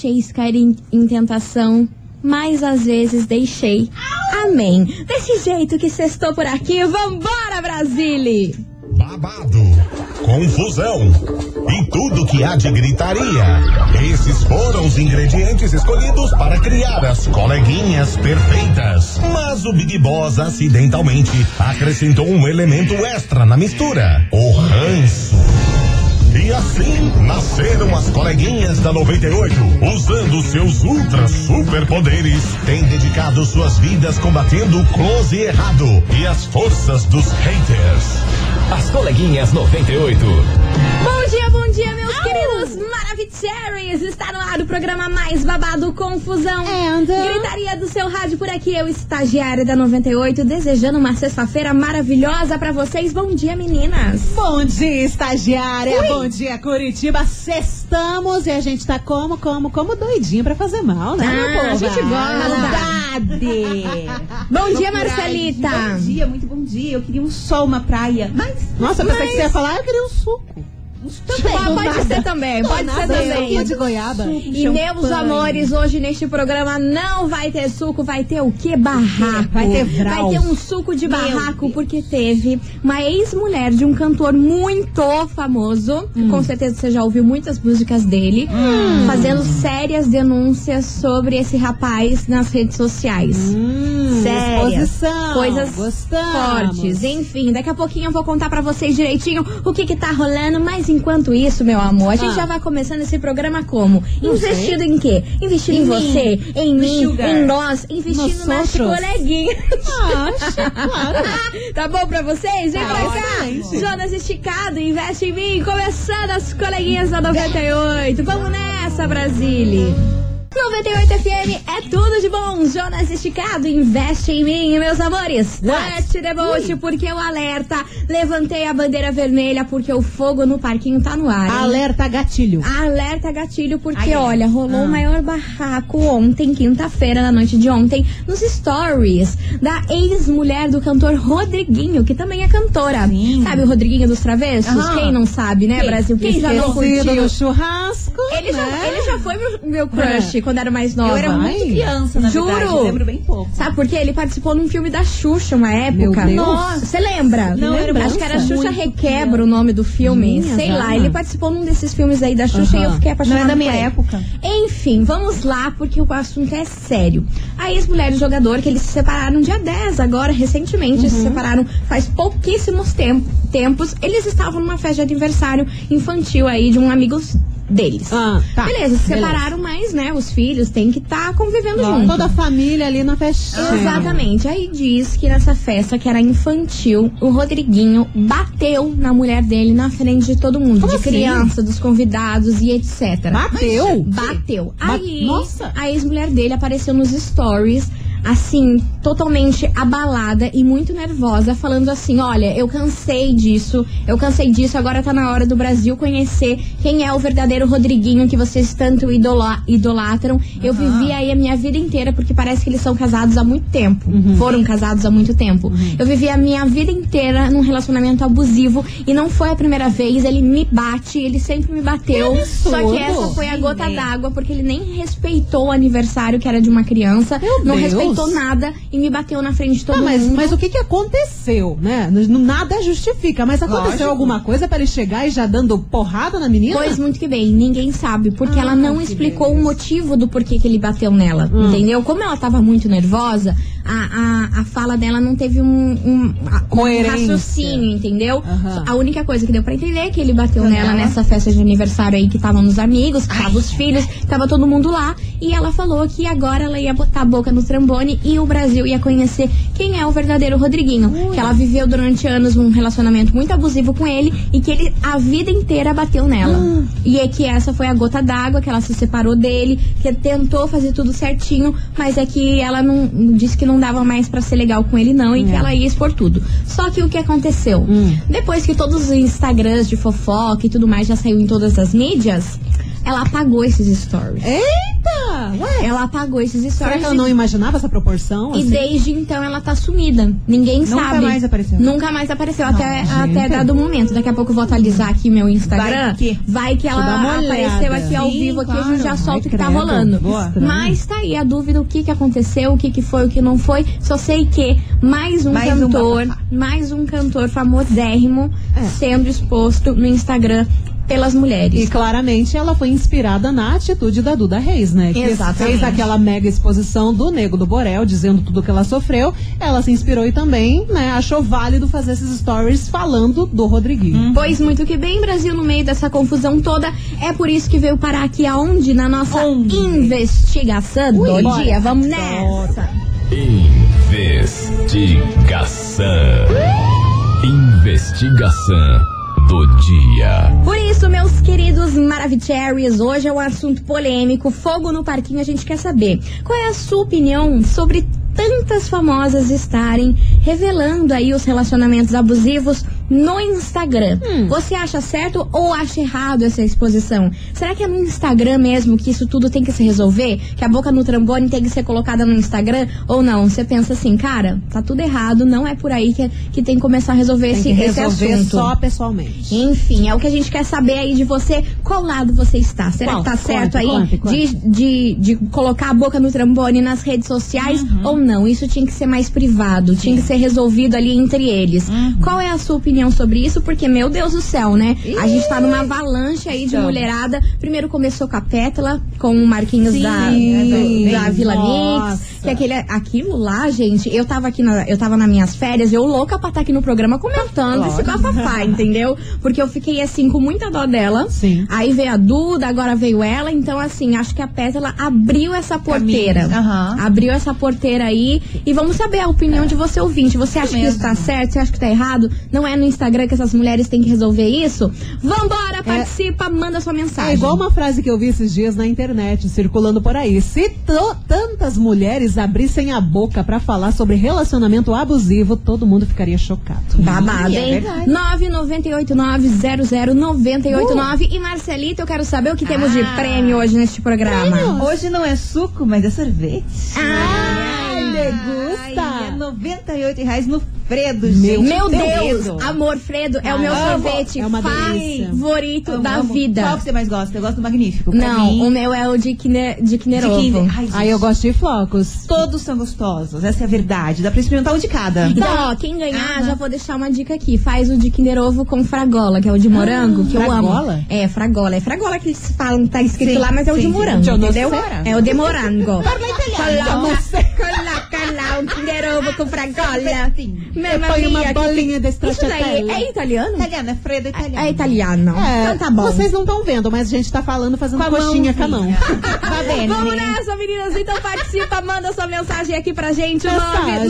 quis cair em tentação, mas às vezes deixei. Amém. Desse jeito que sextou por aqui, vambora, Brasília! Babado, confusão e tudo que há de gritaria. Esses foram os ingredientes escolhidos para criar as coleguinhas perfeitas. Mas o Big Boss acidentalmente acrescentou um elemento extra na mistura: o ranço. E assim nasceram as coleguinhas da 98, usando seus ultra superpoderes, têm dedicado suas vidas combatendo o close e errado e as forças dos haters. As coleguinhas 98. Bom dia, meus queridos Maravicheries! Está no ar o programa mais babado, Confusão. Gritaria do seu rádio por aqui, eu, estagiária da 98, desejando uma sexta-feira maravilhosa pra vocês. Bom dia, meninas! Bom dia, estagiária! Ui. Bom dia, Curitiba! Sextamos e a gente tá como doidinho pra fazer mal, né, meu povo? A gente gosta! Bom dia, Marcelita! Bom dia, muito bom dia. Eu queria um sol, uma praia. Nossa, pensei que você ia falar, eu queria um suco. Pode ser também, pode ser também. De goiaba. E meus amores, hoje neste programa não vai ter suco, vai ter o quê? Barraco. Vai ter vral. Vai ter um suco de barraco, porque teve uma ex-mulher de um cantor muito famoso, com certeza você já ouviu muitas músicas dele, fazendo sérias denúncias sobre esse rapaz nas redes sociais. Sérias. Coisas fortes. Enfim, daqui a pouquinho eu vou contar pra vocês direitinho o que tá rolando, mas enquanto isso, meu amor, a gente já vai começando esse programa como? Investido em quê? Investido em você, em mim, em nós, investindo nas coleguinhas. Claro. Tá bom pra vocês? Vem pra cá. Jonas Esticado, investe em mim. Começando as coleguinhas da 98. Vamos nessa, Brasília. 98 FM é tudo de bom. Jonas Esticado, investe em mim, meus amores. Let's the boat, porque o alerta. Levantei a bandeira vermelha porque o fogo no parquinho tá no ar, hein? Alerta gatilho. Alerta gatilho porque, olha, rolou o maior barraco ontem, quinta-feira, na noite de ontem, nos stories da ex-mulher do cantor Rodriguinho, que também é cantora. Sim. Sabe o Rodriguinho dos Travessos? Quem não sabe, né, Brasil? Quem já não curtiu? No churrasco, Ele já foi meu crush quando era mais nova. Eu era muito criança, na verdade. Eu lembro bem pouco. Sabe por quê? Ele participou num filme da Xuxa, uma época. Nossa, você lembra? Não, acho que era Xuxa Requebra o nome do filme. Sei lá, ele participou num desses filmes aí da Xuxa e eu fiquei apaixonada. Não é da minha época. Enfim, vamos lá, porque o assunto é sério. A ex-mulher do jogador, que eles se separaram dia 10 agora, recentemente, se separaram faz pouquíssimos tempos. Eles estavam numa festa de aniversário infantil aí de um amigo deles. Tá. Beleza, se separaram, mas, né, os filhos têm que estar convivendo junto. Toda a família ali na festinha. Exatamente. Aí diz que nessa festa, que era infantil, o Rodriguinho bateu na mulher dele na frente de todo mundo. Como de assim? criança, dos convidados e etc. Bateu? Bateu. Aí, Nossa. a ex-mulher dele apareceu nos stories, assim, totalmente abalada e muito nervosa, falando assim: olha, eu cansei disso, agora tá na hora do Brasil conhecer quem é o verdadeiro Rodriguinho que vocês tanto idolatram. Eu vivi aí a minha vida inteira, porque parece que eles são casados há muito tempo, foram casados há muito tempo. Eu vivi a minha vida inteira num relacionamento abusivo e não foi a primeira vez. Ele me bate, ele sempre me bateu, só que essa foi a gota d'água, porque ele nem respeitou o aniversário, que era de uma criança, não respeitou nada e me bateu na frente de todo mundo. Mas o que aconteceu, né? Nada justifica, mas aconteceu alguma coisa pra ele chegar e já dando porrada na menina? Pois muito que bem, ninguém sabe, porque ela não explicou o motivo do porquê que ele bateu nela, entendeu? Como ela tava muito nervosa, a fala dela não teve um raciocínio, entendeu? A única coisa que deu pra entender é que ele bateu nela nessa festa de aniversário aí, que estavam os amigos, que estavam os filhos, que tava todo mundo lá, e ela falou que agora ela ia botar a boca no trombone e o Brasil ia conhecer quem é o verdadeiro Rodriguinho. Que ela viveu durante anos um relacionamento muito abusivo com ele e que ele a vida inteira bateu nela. E é que essa foi a gota d'água, que ela se separou dele, que tentou fazer tudo certinho, mas é que ela não disse que não dava mais pra ser legal com ele não, e que ela ia expor tudo. Só que o que aconteceu? Depois que todos os Instagrams de fofoca e tudo mais já saiu em todas as mídias, ela apagou esses stories. Eita! Ué? Ela apagou esses stories. Será que ela não imaginava essa proporção? E assim? desde então ela tá sumida. Ninguém sabe. Nunca mais apareceu. Nunca mais apareceu até dado momento. Daqui a pouco eu vou atualizar aqui meu Instagram. Vai que ela Deixa eu dar uma apareceu olhada. aqui ao Sim, vivo, aqui a claro. gente já solta o que tá credo. rolando. Boa. Mas tá aí a dúvida, o que aconteceu, o que foi, o que não foi. Só sei que mais um cantor famosérrimo sendo exposto no Instagram pelas mulheres. E claramente ela foi inspirada na atitude da Duda Reis, né? Que Exatamente. fez aquela mega exposição do Nego do Borel, dizendo tudo que ela sofreu. Ela se inspirou e também, né, achou válido fazer esses stories falando do Rodriguinho. Pois muito que bem, Brasil, no meio dessa confusão toda. É por isso que veio parar aqui aonde? Na nossa investigação do bora. dia. Vamos nessa. Investigação do dia. Por isso, meus queridos Maravicheries, hoje é um assunto polêmico, fogo no parquinho. A gente quer saber qual é a sua opinião sobre tantas famosas estarem revelando aí os relacionamentos abusivos no Instagram. Você acha certo ou acha errado essa exposição? Será que é no Instagram mesmo que isso tudo tem que se resolver? Que a boca no trombone tem que ser colocada no Instagram? Ou não? Você pensa assim, cara, tá tudo errado, não é por aí que tem que começar a resolver esse assunto. Só pessoalmente. Enfim, é o que a gente quer saber aí de você. Qual lado você está? Será que tá certo aí de colocar a boca no trombone nas redes sociais ou não? Isso tinha que ser mais privado, tinha que ser resolvido ali entre eles. Qual é a sua opinião sobre isso? Porque, meu Deus do céu, né? A gente tá numa avalanche aí de mulherada. Primeiro começou com a Pétala, com o Marquinhos da Vila Mix. Que aquilo lá, gente, eu tava nas minhas férias, eu louca pra estar aqui no programa comentando esse bafafá, entendeu? Porque eu fiquei assim, com muita dó dela. Sim. Aí veio a Duda, agora veio ela. Então, assim, acho que a Pétala abriu essa porteira. Abriu essa porteira aí. E vamos saber a opinião de você, ouvinte. Você acha que isso tá certo? Você acha que tá errado? Não é no Instagram que essas mulheres têm que resolver isso? Vambora, participa, manda sua mensagem. É igual uma frase que eu vi esses dias na internet, circulando por aí. Se tantas mulheres abrissem a boca pra falar sobre relacionamento abusivo, todo mundo ficaria chocado. Babado, hein? 998900989. E Marcelita, eu quero saber o que temos de prêmio hoje neste programa. Hoje não é suco, mas é sorvete. Degusta! É R$98 no Fredo, gente. Meu Deus! Amor, Fredo é o meu sorvete é uma delícia. favorito da vida. Qual que você mais gosta? Eu gosto do Magnífico. Não, o meu é o de Kinder Ovo. Ai, eu gosto de flocos. Todos são gostosos, essa é a verdade. Dá pra experimentar um de cada. Então, ó, quem ganhar, já vou deixar uma dica aqui. Faz o de Kinder Ovo com fragola, que é o de morango, que eu amo. Fragola? É, fragola. É fragola que eles falam, tá escrito lá, mas é o de morango, entendeu? É o de morango. Coloca lá um Kinder Ovo com fragola. Põe uma bolinha desse Isso daí é italiano? Italiano, é Fredo italiano. É italiano. Então tá bom. Vocês não estão vendo, mas a gente tá falando, fazendo coxinha com a mão. Tá vendo? Vamos nessa, meninas. Então participa, manda sua mensagem aqui pra gente. Mensagem.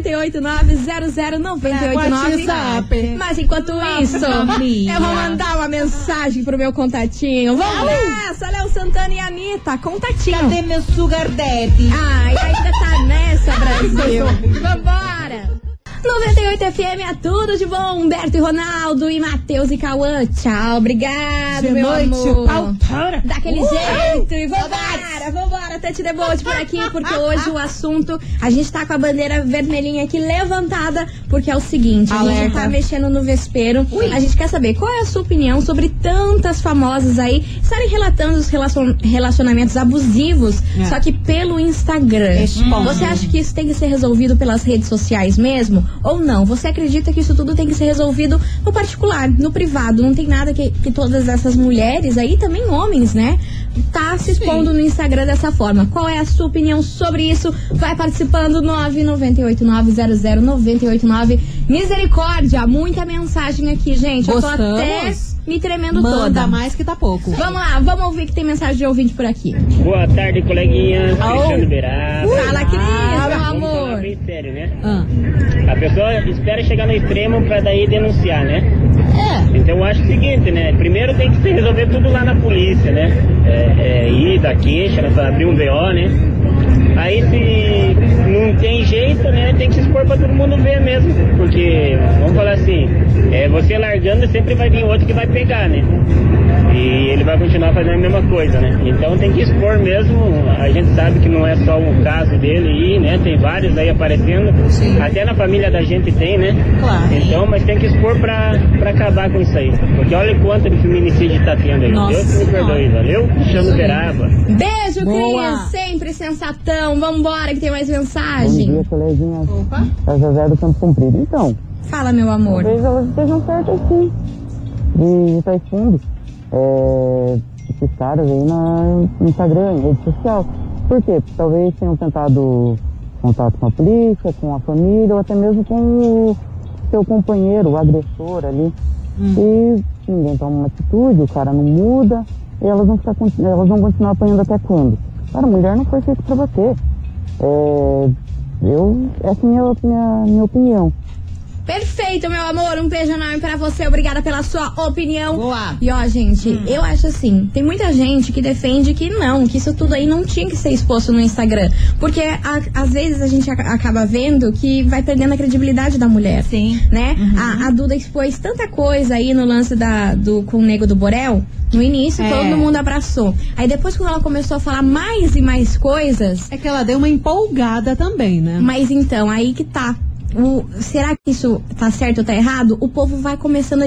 998900989. Mas enquanto isso, eu vou mandar uma mensagem pro meu contatinho. Vamos nessa, Léo Santana e Anitta. Contatinho. Cadê meu sugar daddy? Ai, ainda tá nessa, Brasil. Vambora. 98 FM é tudo de bom. Humberto e Ronaldo e Matheus e Cauã. Tchau, obrigado, meu amor. Daquele jeito. E vambora, Tante Debote por aqui, porque hoje o assunto, a gente tá com a bandeira vermelhinha aqui levantada, porque é o seguinte, a gente tá mexendo no vespeiro. A gente quer saber qual é a sua opinião sobre tantas famosas aí estarem relatando os relacionamentos abusivos, só que pelo Instagram. Você acha que isso tem que ser resolvido pelas redes sociais mesmo? Ou não? Você acredita que isso tudo tem que ser resolvido no particular, no privado? Não tem nada que todas essas mulheres aí, também homens, né, tá se expondo no Instagram dessa forma. Qual é a sua opinião sobre isso? Vai participando, 998900989. Misericórdia, muita mensagem aqui, gente. Gostamos. Eu tô até me tremendo toda. Manda mais que tá pouco. Vamos lá, vamos ouvir que tem mensagem de ouvinte por aqui. Boa tarde, coleguinha. Cristiano Beirada. Fala, Cris, meu Vamos amor. falar bem sério, né? A pessoa espera chegar no extremo pra daí denunciar, né? Então eu acho o seguinte, né? Primeiro tem que se resolver tudo lá na polícia, né? Ir da queixa, abrir um BO, né? Aí se não tem jeito, né, tem que se expor pra todo mundo ver mesmo. Porque, vamos falar assim, você largando sempre vai vir outro que vai pegar, né? E ele vai continuar fazendo a mesma coisa, né? Então tem que expor mesmo. A gente sabe que não é só um caso dele aí, né? Tem vários aí aparecendo. Sim. Até na família da gente tem, né? Claro. Então, mas tem que expor pra acabar com isso aí. Porque olha quanto de feminicídio tá tendo aí. Nossa. Deus me perdoe, valeu? Chamo Veraba. Beijo, Cris. Sempre sensatão. Vambora que tem mais mensagem. Bom dia, coleguinha. Opa. É José do Campo Comprido. Então. Fala, meu amor. Talvez elas estejam certas sim. De estar fundo. Esses caras aí no Instagram, em rede social. Por quê? Porque talvez tenham tentado contato com a polícia, com a família, ou até mesmo com o seu companheiro, o agressor ali. E ninguém toma uma atitude, o cara não muda, e elas vão continuar apanhando até quando? Cara, a mulher não foi feita pra bater. Essa é minha opinião. Perfeito, meu amor, um beijo enorme pra você, obrigada pela sua opinião. Boa. E ó, gente, eu acho assim, tem muita gente que defende que não, que isso tudo aí não tinha que ser exposto no Instagram, porque às vezes a gente acaba vendo que vai perdendo a credibilidade da mulher. Sim. Né? A Duda expôs tanta coisa aí no lance com o Nego do Borel. No início, todo mundo abraçou. Aí depois, quando ela começou a falar mais e mais coisas... É que ela deu uma empolgada também, né? Mas então, aí que tá. Será que isso tá certo ou tá errado? O povo vai começando a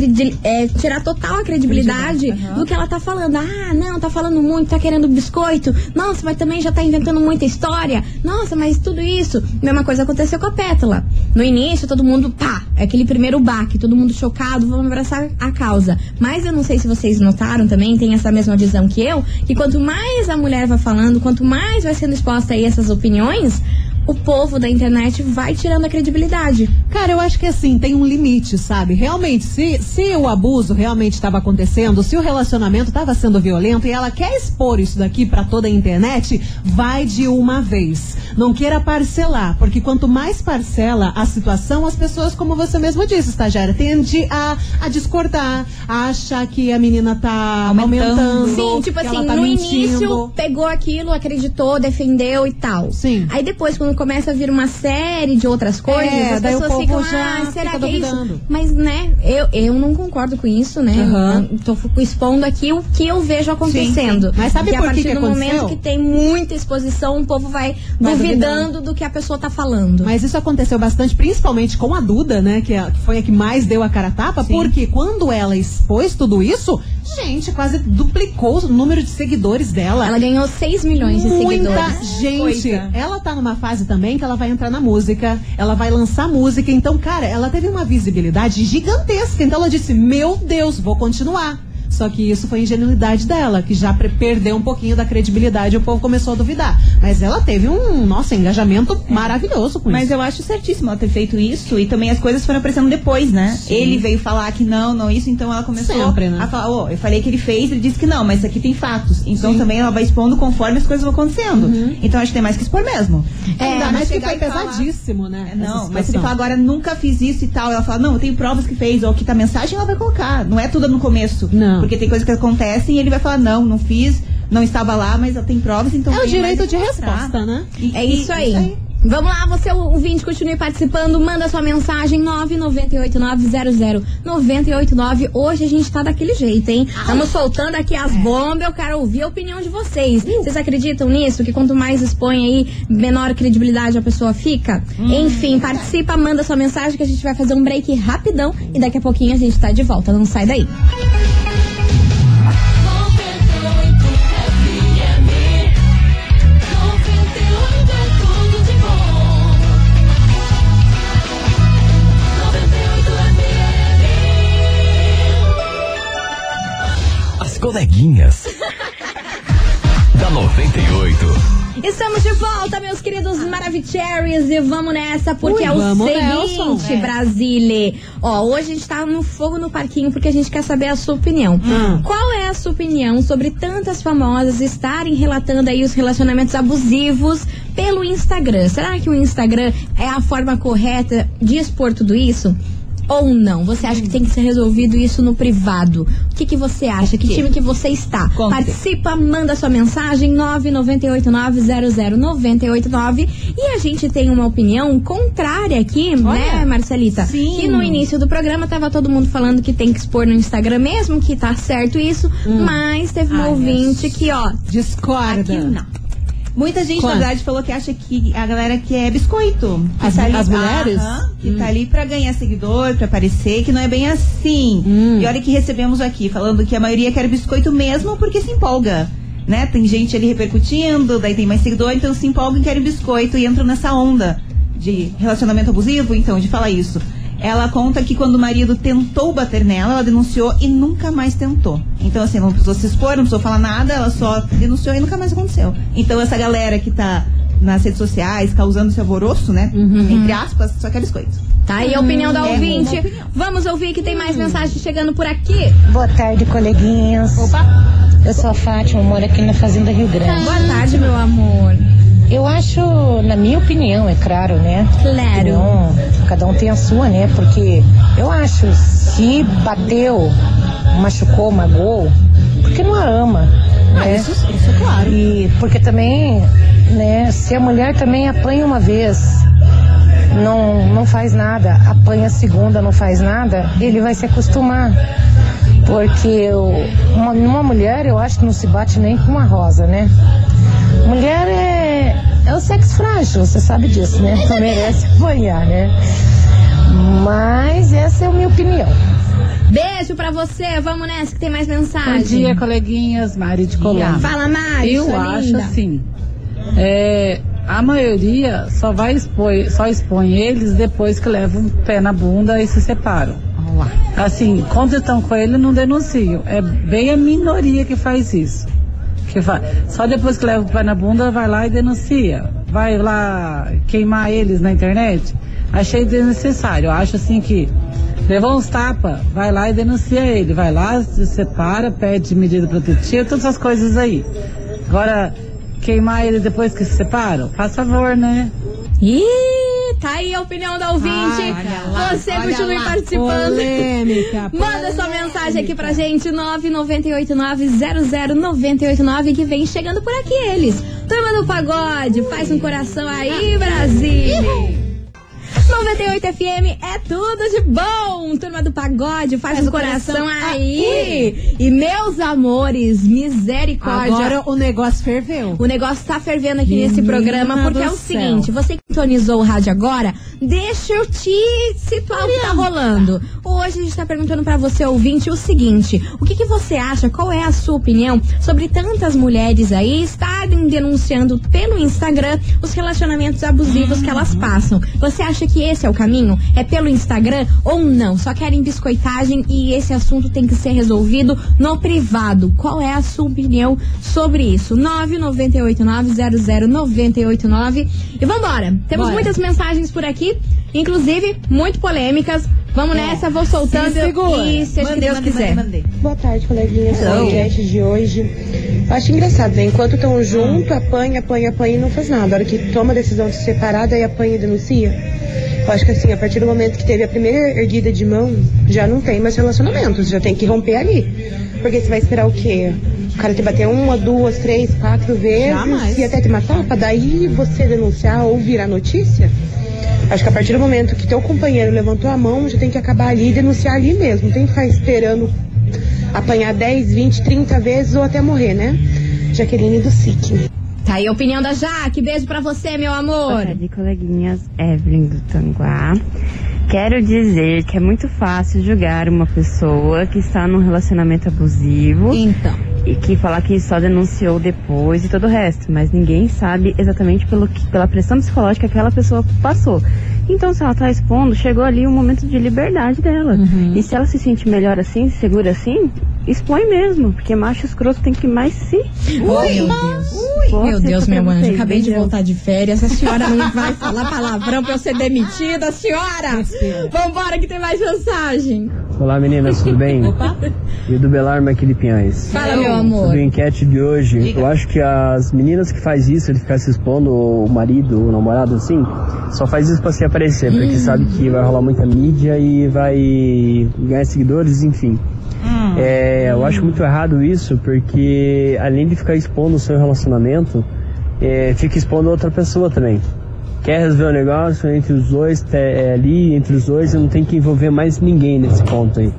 tirar total a credibilidade do que ela tá falando. Ah, não, tá falando muito, tá querendo biscoito. Nossa, mas também já tá inventando muita história. Nossa, mas tudo isso. Mesma coisa aconteceu com a Pétala. No início, todo mundo, aquele primeiro baque, todo mundo chocado, vamos abraçar a causa. Mas eu não sei se vocês notaram também, tem essa mesma visão que eu, que quanto mais a mulher vai falando, quanto mais vai sendo exposta aí essas opiniões, o povo da internet vai tirando a credibilidade. Cara, eu acho que assim, tem um limite, sabe? Realmente, se o abuso realmente estava acontecendo, se o relacionamento estava sendo violento e ela quer expor isso daqui pra toda a internet, vai de uma vez. Não queira parcelar, porque quanto mais parcela a situação, as pessoas, como você mesmo disse, estagiária, tende a discordar, a achar que a menina tá aumentando. Sim, tipo assim, no início pegou aquilo, acreditou, defendeu e tal. Sim. Aí depois, quando começa a vir uma série de outras coisas, as pessoas ficam, será que é isso? Mas, né, eu não concordo com isso, né? Tô expondo aqui o que eu vejo acontecendo. Sim. Mas sabe por que aconteceu? A partir do momento que tem muita exposição, o povo vai duvidando do que a pessoa tá falando. Mas isso aconteceu bastante, principalmente com a Duda, né? Que foi a que mais deu a cara a tapa, porque quando ela expôs tudo isso, gente, quase duplicou o número de seguidores dela. Ela ganhou 6 milhões de seguidores. Muita gente. Ela tá numa fase também que ela vai entrar na música, ela vai lançar música, então, cara, ela teve uma visibilidade gigantesca, então ela disse, meu Deus, vou continuar. Só que isso foi ingenuidade dela, que já perdeu um pouquinho da credibilidade e o povo começou a duvidar. Mas ela teve um, engajamento maravilhoso com isso. Mas eu acho certíssimo ela ter feito isso e também as coisas foram aparecendo depois, né? Sim. Ele veio falar que não, isso, então ela começou a falar, eu falei que ele fez, ele disse que não, mas isso aqui tem fatos. Então também ela vai expondo conforme as coisas vão acontecendo. Então acho que tem mais que expor mesmo. Mas que foi pesadíssimo, né? Não, mas se ele fala agora, nunca fiz isso e tal, ela fala, não, eu tenho provas que fez, ou que tá a mensagem, ela vai colocar. Não é tudo no começo. Não. Porque tem coisas que acontecem e ele vai falar, não fiz, não estava lá, mas eu tenho provas, então... É o direito de resposta, né? É isso aí. Vamos lá, você ouvinte, continue participando, manda sua mensagem 998900989. Hoje a gente tá daquele jeito, hein? Estamos soltando aqui as bombas, eu quero ouvir a opinião de vocês. Vocês acreditam nisso? Que quanto mais expõe aí, menor credibilidade a pessoa fica? Enfim, participa, manda sua mensagem que a gente vai fazer um break rapidão e daqui a pouquinho a gente tá de volta, não sai daí. Coleguinhas da 98. Estamos de volta, meus queridos Maravicheries, e vamos nessa, porque é o seguinte, Brasília. Hoje a gente tá no fogo no parquinho porque a gente quer saber a sua opinião. Qual é a sua opinião sobre tantas famosas estarem relatando aí os relacionamentos abusivos pelo Instagram? Será que o Instagram é a forma correta de expor tudo isso? ou não? Você acha que tem que ser resolvido isso no privado? O que você acha? Que time que você está? Participa, manda sua mensagem 998900989 e a gente tem uma opinião contrária aqui, né, Marcelita? Sim. Que no início do programa tava todo mundo falando que tem que expor no Instagram mesmo, que tá certo isso, mas teve uma ouvinte que, discorda. Aqui não. Muita gente, na verdade, falou que acha que a galera quer biscoito. As mulheres? Que tá ali pra ganhar seguidor, pra aparecer, que não é bem assim. E olha que recebemos aqui, falando que a maioria quer biscoito mesmo porque se empolga. Né? Tem gente ali repercutindo, daí tem mais seguidor, então se empolgam e querem biscoito e entram nessa onda de relacionamento abusivo, então, de falar isso. Ela conta que quando o marido tentou bater nela, ela denunciou e nunca mais tentou. Então, assim, não precisou se expor, não precisou falar nada, ela só denunciou e nunca mais aconteceu. Então, essa galera que tá nas redes sociais causando esse alvoroço, né? Entre aspas, só quer biscoito. Tá aí a opinião da ouvinte. Vamos ouvir que tem mais mensagens chegando por aqui. Boa tarde, coleguinhas. Opa! Eu sou a Fátima, moro aqui na Fazenda Rio Grande. Boa tarde, meu amor. Eu acho, na minha opinião, é claro, né? Claro. Cada um tem a sua, né? Porque eu acho, se bateu, machucou, magoou, porque não a ama. Né? Isso é claro. E porque também, né, se a mulher também apanha uma vez, não faz nada, apanha a segunda, não faz nada, ele vai se acostumar. Porque uma mulher, eu acho que não se bate nem com uma rosa, né? Mulher é o sexo frágil, você sabe disso, né? Então merece apanhar, né? Mas essa é a minha opinião. Beijo pra você, vamos nessa que tem mais mensagem. Bom dia, coleguinhas, Mari de Colombo. Fala, Mari. Eu acho linda. assim, a maioria só expõe eles depois que levam um pé na bunda e se separam. Assim, quando estão com ele, não denunciam. É bem a minoria que faz isso. Só depois que leva o pé na bunda, vai lá e denuncia. Vai lá queimar eles na internet. Achei desnecessário. Eu acho assim que levou uns tapas, vai lá e denuncia ele. Vai lá, se separa, pede medida protetiva, todas essas coisas aí. Agora, queimar eles depois que se separam, faz favor, né? Tá aí a opinião da ouvinte. Você continue participando. Polêmica. Manda sua mensagem aqui pra gente, 998900989, que vem chegando por aqui eles. Turma do Pagode, faz um coração aí, Brasil. 98 FM é tudo de bom. Turma do Pagode, faz um coração aí. E meus amores, misericórdia. Agora o negócio ferveu. O negócio tá fervendo aqui nesse programa, porque é o seguinte, você que sintonizou o rádio agora, deixa eu te situar o que tá rolando. Hoje a gente tá perguntando pra você, ouvinte, o seguinte: o que você acha, qual é a sua opinião sobre tantas mulheres aí estarem denunciando pelo Instagram os relacionamentos abusivos que elas passam? Você acha que esse é o caminho? É pelo Instagram ou não? Só querem biscoitagem e esse assunto tem que ser resolvido no privado. Qual é a sua opinião sobre isso? 998900989. E vambora! Temos muitas mensagens por aqui, inclusive muito polêmicas. Vamos nessa, vou soltando e seja que Deus quiser. Boa tarde, coleguinha. Sobre o podcast de hoje. Eu acho engraçado, né? Enquanto estão juntos, apanha e não faz nada. A hora que toma a decisão de se separar, daí apanha e denuncia. Eu acho que assim, a partir do momento que teve a primeira erguida de mão, já não tem mais relacionamentos, já tem que romper ali. Porque você vai esperar o quê? O cara te bater 1, 2, 3, 4 vezes jamais. E até te matar, pra daí você denunciar ou virar notícia? Acho que a partir do momento que teu companheiro levantou a mão, já tem que acabar ali e denunciar ali mesmo. Não tem que ficar esperando apanhar 10, 20, 30 vezes ou até morrer, né? Jaqueline do SIC. Tá aí a opinião da Jaque. Beijo pra você, meu amor. Boa tarde, coleguinhas. Evelyn do Tanguá. Quero dizer que é muito fácil julgar uma pessoa que está num relacionamento abusivo. Então. E que falar que só denunciou depois e todo o resto. Mas ninguém sabe exatamente pela pressão psicológica que aquela pessoa passou. Então, se ela tá expondo, chegou ali um momento de liberdade dela. E se ela se sente melhor assim, segura assim, expõe mesmo. Porque macho escroto tem que mais se... Ui, meu Deus. Meu Deus, meu anjo, acabei de voltar de férias. A senhora não vai falar palavrão pra eu ser demitida, senhora? Vambora que tem mais mensagem. Olá, meninas, tudo bem? Opa. E do Belarma aqui de Pinhais. Fala, meu amor. Sobre a enquete de hoje, eu acho que as meninas que faz isso, de ficar se expondo, o marido, o namorado, assim, só faz isso pra se aparecer, porque sabe que vai rolar muita mídia e vai ganhar seguidores, enfim. Eu acho muito errado isso, porque além de ficar expondo o seu relacionamento, fica expondo outra pessoa também. Quer resolver o negócio entre os dois, ali entre os dois, não tem que envolver mais ninguém nesse ponto aí.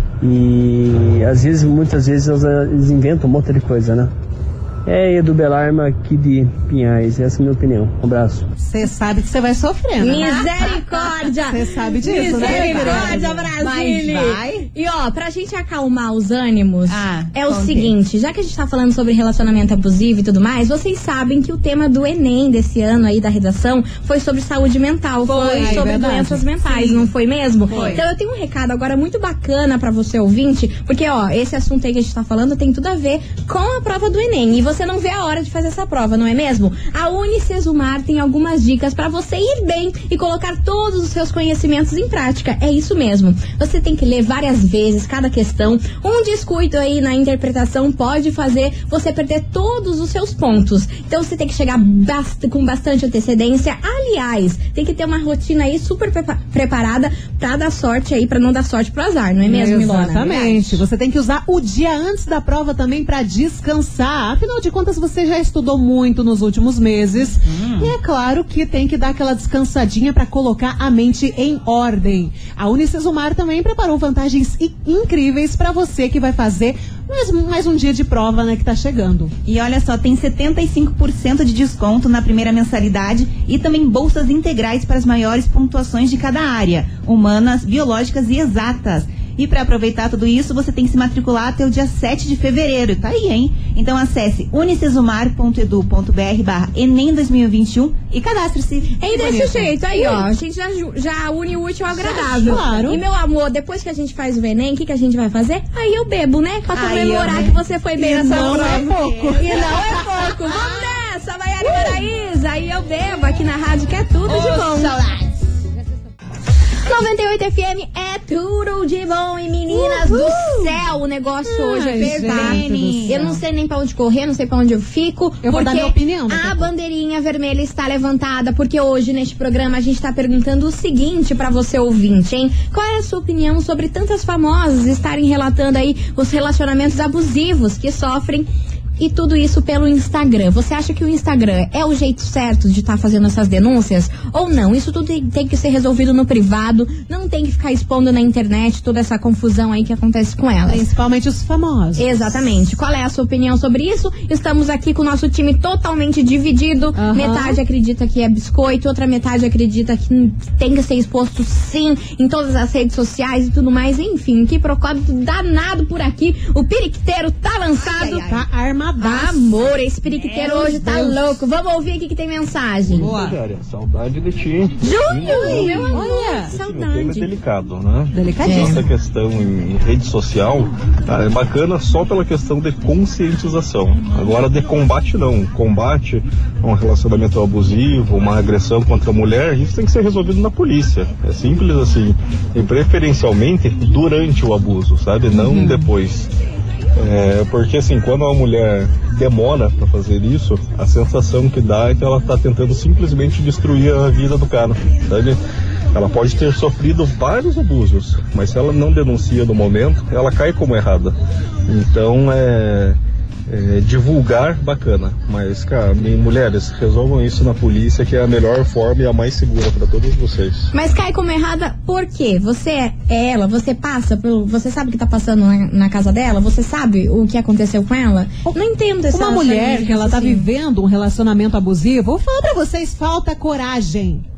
E às vezes, muitas vezes, eles inventam um monte de coisa, né? Edu Belarma aqui de Pinhais, essa é a minha opinião. Um abraço. Você sabe que você vai sofrendo. Misericórdia! Você sabe disso, Misericórdia, Brasília! Vai. E ó, pra gente acalmar os ânimos, é o seguinte, já que a gente tá falando sobre relacionamento abusivo e tudo mais, vocês sabem que o tema do Enem desse ano aí da redação foi sobre saúde mental, foi sobre doenças mentais, não foi mesmo? Foi. Então eu tenho um recado agora muito bacana pra você ouvinte, porque ó, esse assunto aí que a gente tá falando tem tudo a ver com a prova do Enem, e você não vê a hora de fazer essa prova, não é mesmo? A Unicesumar tem algumas dicas pra você ir bem e colocar todos os seus conhecimentos em prática. É isso mesmo. Você tem que ler várias vezes cada questão. Um descuido aí na interpretação pode fazer você perder todos os seus pontos. Então você tem que chegar com bastante antecedência. Aliás, tem que ter uma rotina aí super preparada pra dar sorte aí, pra não dar sorte pro azar, não é mesmo, Milona? Exatamente. Você tem que usar o dia antes da prova também pra descansar. Afinal de contas, você já estudou muito nos últimos meses. E é claro que tem que dar aquela descansadinha pra colocar a mente em ordem. A Unicesumar também preparou vantagens incríveis pra você que vai fazer mais um dia de prova, né, que tá chegando. E olha só, tem 75% de desconto na primeira mensalidade e também bolsas integrais para as maiores pontuações de cada área, humanas, biológicas e exatas. E para aproveitar tudo isso, você tem que se matricular até o dia 7 de fevereiro. Tá aí, hein? Então acesse unicesumar.edu.br/Enem 2021 e cadastre-se. É desse jeito, aí ó, a gente já une o útil ao agradável. Claro. E meu amor, depois que a gente faz o Enem, o que a gente vai fazer? Aí eu bebo, né? Pra comemorar que você foi bem nessa prova. Não é pouco. E não é pouco. Vamos nessa, Maiara Paraíso. Aí eu bebo aqui na rádio, que é tudo de bom. Saudades. 98 FM é tudo de bom. E meninas do céu, o negócio hoje é verdade. Eu não sei nem pra onde correr, não sei pra onde eu fico. Eu vou dar minha opinião. A bandeirinha vermelha está levantada, porque hoje neste programa a gente tá perguntando o seguinte pra você ouvinte, hein? Qual é a sua opinião sobre tantas famosas estarem relatando aí os relacionamentos abusivos que sofrem? E tudo isso pelo Instagram. Você acha que o Instagram é o jeito certo de estar fazendo essas denúncias? Ou não? Isso tudo tem que ser resolvido no privado. Não tem que ficar expondo na internet toda essa confusão aí que acontece com elas. Principalmente os famosos. Exatamente. Qual é a sua opinião sobre isso? Estamos aqui com o nosso time totalmente dividido. Metade acredita que é biscoito, outra metade acredita que tem que ser exposto sim em todas as redes sociais e tudo mais. Enfim, que procópio danado por aqui. O periquiteiro tá lançado. Tá armado. Amor, esse periquiteiro hoje tá louco. Vamos ouvir aqui que tem mensagem. Boa. Saudade de ti. Júnior, meu amor, olha, saudade. O tema é delicado, né? Delicadíssimo. Essa questão em rede social é bacana só pela questão de conscientização. Agora de combate não. Combate a um relacionamento abusivo, uma agressão contra a mulher, isso tem que ser resolvido na polícia. É simples assim. E preferencialmente durante o abuso, sabe? Não depois. Porque assim, quando uma mulher demora pra fazer isso, a sensação que dá é que ela tá tentando simplesmente destruir a vida do cara, sabe? Ela pode ter sofrido vários abusos, mas se ela não denuncia no momento, ela cai como errada. Então divulgar, bacana, mas cara, mulheres, resolvam isso na polícia, que é a melhor forma e a mais segura para todos vocês. Mas cai como errada por quê? Você é ela, você passa pelo, você sabe o que tá passando na casa dela, você sabe o que aconteceu com ela? Não entendo essa mulher que ela tá vivendo um relacionamento abusivo, vou falar pra vocês, falta coragem.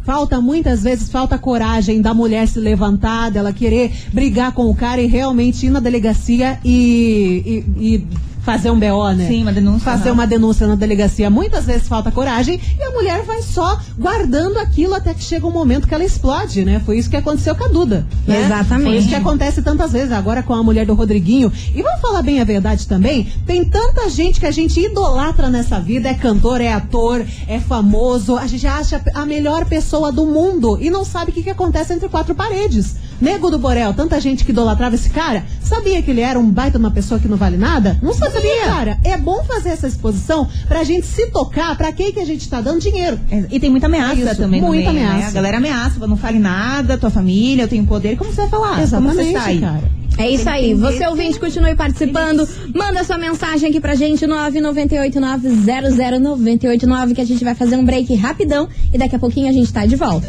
Muitas vezes falta coragem da mulher se levantar, dela querer brigar com o cara e realmente ir na delegacia e fazer um BO, né? Sim, uma denúncia. Fazer uma denúncia na delegacia. Muitas vezes falta coragem e a mulher vai só guardando aquilo até que chega um momento que ela explode, né? Foi isso que aconteceu com a Duda, né? Exatamente. Foi isso que acontece tantas vezes agora com a mulher do Rodriguinho. E vamos falar bem a verdade também, tem tanta gente que a gente idolatra nessa vida, é cantor, é ator, é famoso, a gente acha a melhor pessoa do mundo e não sabe o que acontece entre quatro paredes. Nego do Borel, tanta gente que idolatrava esse cara, sabia que ele era um baita de uma pessoa que não vale nada? Não sabia, cara. É bom fazer essa exposição pra gente se tocar pra quem que a gente tá dando dinheiro. E tem muita ameaça também no meio, ameaça. Né? A galera ameaça, não fale nada, tua família, eu tenho poder, como você vai falar? Exatamente, como você sai? Cara. É isso aí, você ouvinte, continue participando, manda sua mensagem aqui pra gente, 998900989, que a gente vai fazer um break rapidão e daqui a pouquinho a gente tá de volta.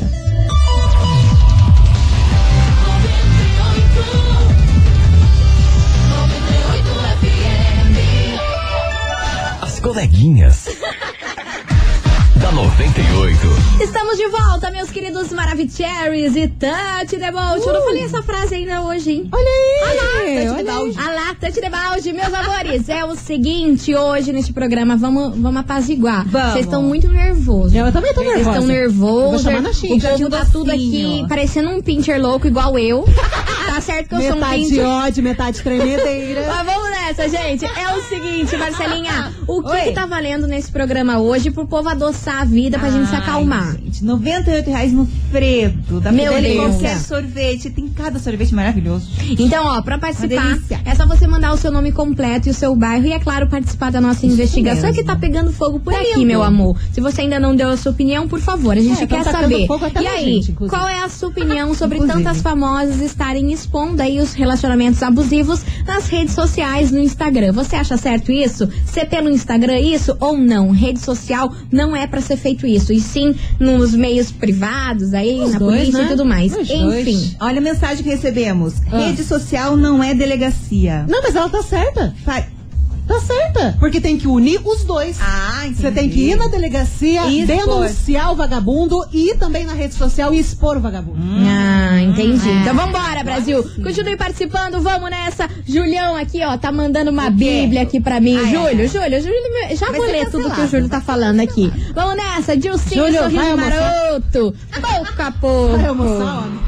Coleguinhas da 98. Estamos de volta, meus queridos Maravicheries e Touch the Boat. Eu não falei essa frase ainda hoje, hein? Olha aí! Touch the Boat, meus amores. É o seguinte, hoje neste programa, vamos apaziguar. Vocês estão muito nervosos. Eu também tô nervosa. Vocês estão nervosos. Vou chamar na o povo tá tudo aqui parecendo um pincher louco igual eu. Tá certo que eu sou um pincher. Metade ódio, metade tremedeira. Mas vamos nessa, gente. É o seguinte, Marcelinha, o que tá valendo nesse programa hoje pro povo adoçar a vida pra gente se acalmar? Gente, R$98 no Fredo. Da Meu Deus. Qualquer sorvete. Tem cada sorvete maravilhoso. Então, ó, pra participar, é só você mandar o seu nome completo e o seu bairro e, é claro, participar da nossa investigação que tá pegando fogo por aqui, meu amor. Se você ainda não deu a sua opinião, por favor, a gente quer saber. E aí, qual é a sua opinião sobre tantas famosas estarem expondo aí os relacionamentos abusivos nas redes sociais, no Instagram? Você acha certo isso? Ser pelo Instagram isso ou não? Rede social não é pra ser feito isso, e sim nos meios privados aí, na polícia, né? E tudo mais. Enfim. Olha a mensagem que recebemos. Rede social não é delegacia. Não, mas ela tá certa. Tá certa. Porque tem que unir os dois. Entendi. Você tem que ir na delegacia, denunciar o vagabundo e ir também na rede social e expor o vagabundo. Entendi. Então vambora, Brasil. Continue participando, vamos nessa. Julião aqui, ó, tá mandando uma bíblia aqui pra mim. Júlio, já vou ler tudo que o Júlio tá falando aqui. Vamos nessa, Dilcinho, sorriso maroto. Pouco a pouco. Vai almoçar, homem.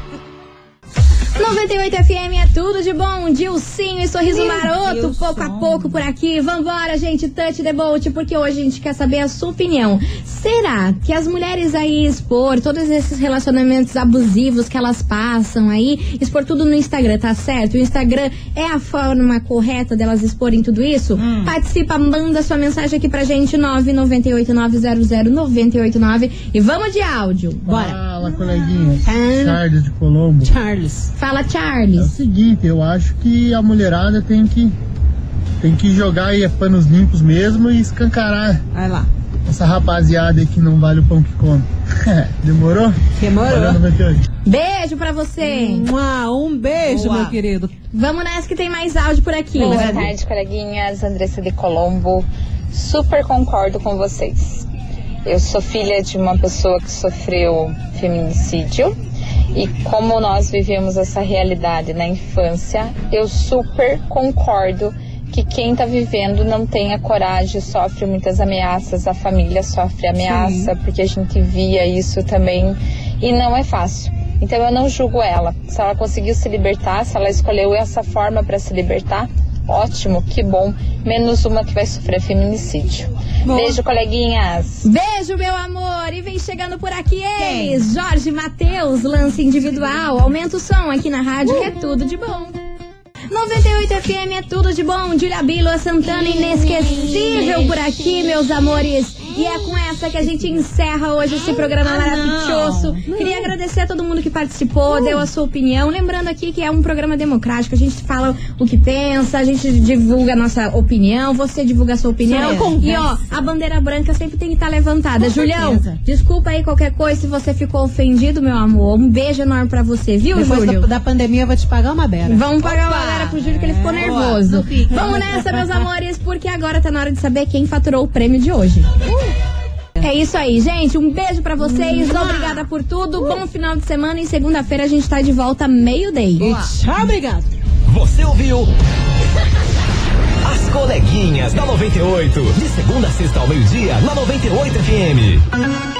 98 FM é tudo de bom, Dilcinho e sorriso maroto, pouco a pouco por aqui. Vambora, gente, Touch the Boat, porque hoje a gente quer saber a sua opinião. Será que as mulheres aí expor todos esses relacionamentos abusivos que elas passam aí, expor tudo no Instagram, tá certo? O Instagram é a forma correta delas exporem tudo isso? Participa, manda sua mensagem aqui pra gente, 998900989 e vamos de áudio. Bora. Fala, coleguinha. Charles de Colombo. Fala, Charles. É o seguinte, eu acho que a mulherada tem que jogar aí panos limpos mesmo e escancarar. Vai lá. Essa rapaziada aí que não vale o pão que come. Demorou? Beijo pra você. Um beijo, meu querido. Vamos nessa que tem mais áudio por aqui. Boa tarde, coleguinhas. Andressa de Colombo. Super concordo com vocês. Eu sou filha de uma pessoa que sofreu feminicídio. E como nós vivemos essa realidade na infância, eu super concordo que quem está vivendo não tenha coragem, sofre muitas ameaças, a família sofre ameaça, porque a gente via isso também e não é fácil. Então eu não julgo ela. Se ela conseguiu se libertar, se ela escolheu essa forma para se libertar, ótimo, que bom. Menos uma que vai sofrer feminicídio. Boa. Beijo, coleguinhas. Beijo, meu amor. E vem chegando por aqui eles. Jorge Mateus, lance individual. Aumenta o som aqui na rádio, que é tudo de bom. 98 FM é tudo de bom. Júlia Bilo, Santana, inesquecível por aqui, meus amores. E é com essa que a gente encerra hoje esse programa maravilhoso. Queria agradecer a todo mundo que participou, deu a sua opinião. Lembrando aqui que é um programa democrático. A gente fala o que pensa, a gente divulga a nossa opinião, você divulga a sua opinião. E ó, a bandeira branca sempre tem que estar levantada. Julião, desculpa aí qualquer coisa se você ficou ofendido, meu amor. Um beijo enorme pra você, viu, depois Júlio? Da pandemia eu vou te pagar uma beira. Vamos pagar uma beira pro Júlio, que ele ficou nervoso. Vamos nessa, meus amores, porque agora tá na hora de saber quem faturou o prêmio de hoje. É isso aí, gente. Um beijo pra vocês. Obrigada por tudo. Bom final de semana. E segunda-feira a gente tá de volta meio-dia. Tchau, obrigado. Você ouviu As Coleguinhas da 98. De segunda a sexta ao meio-dia, na 98 FM.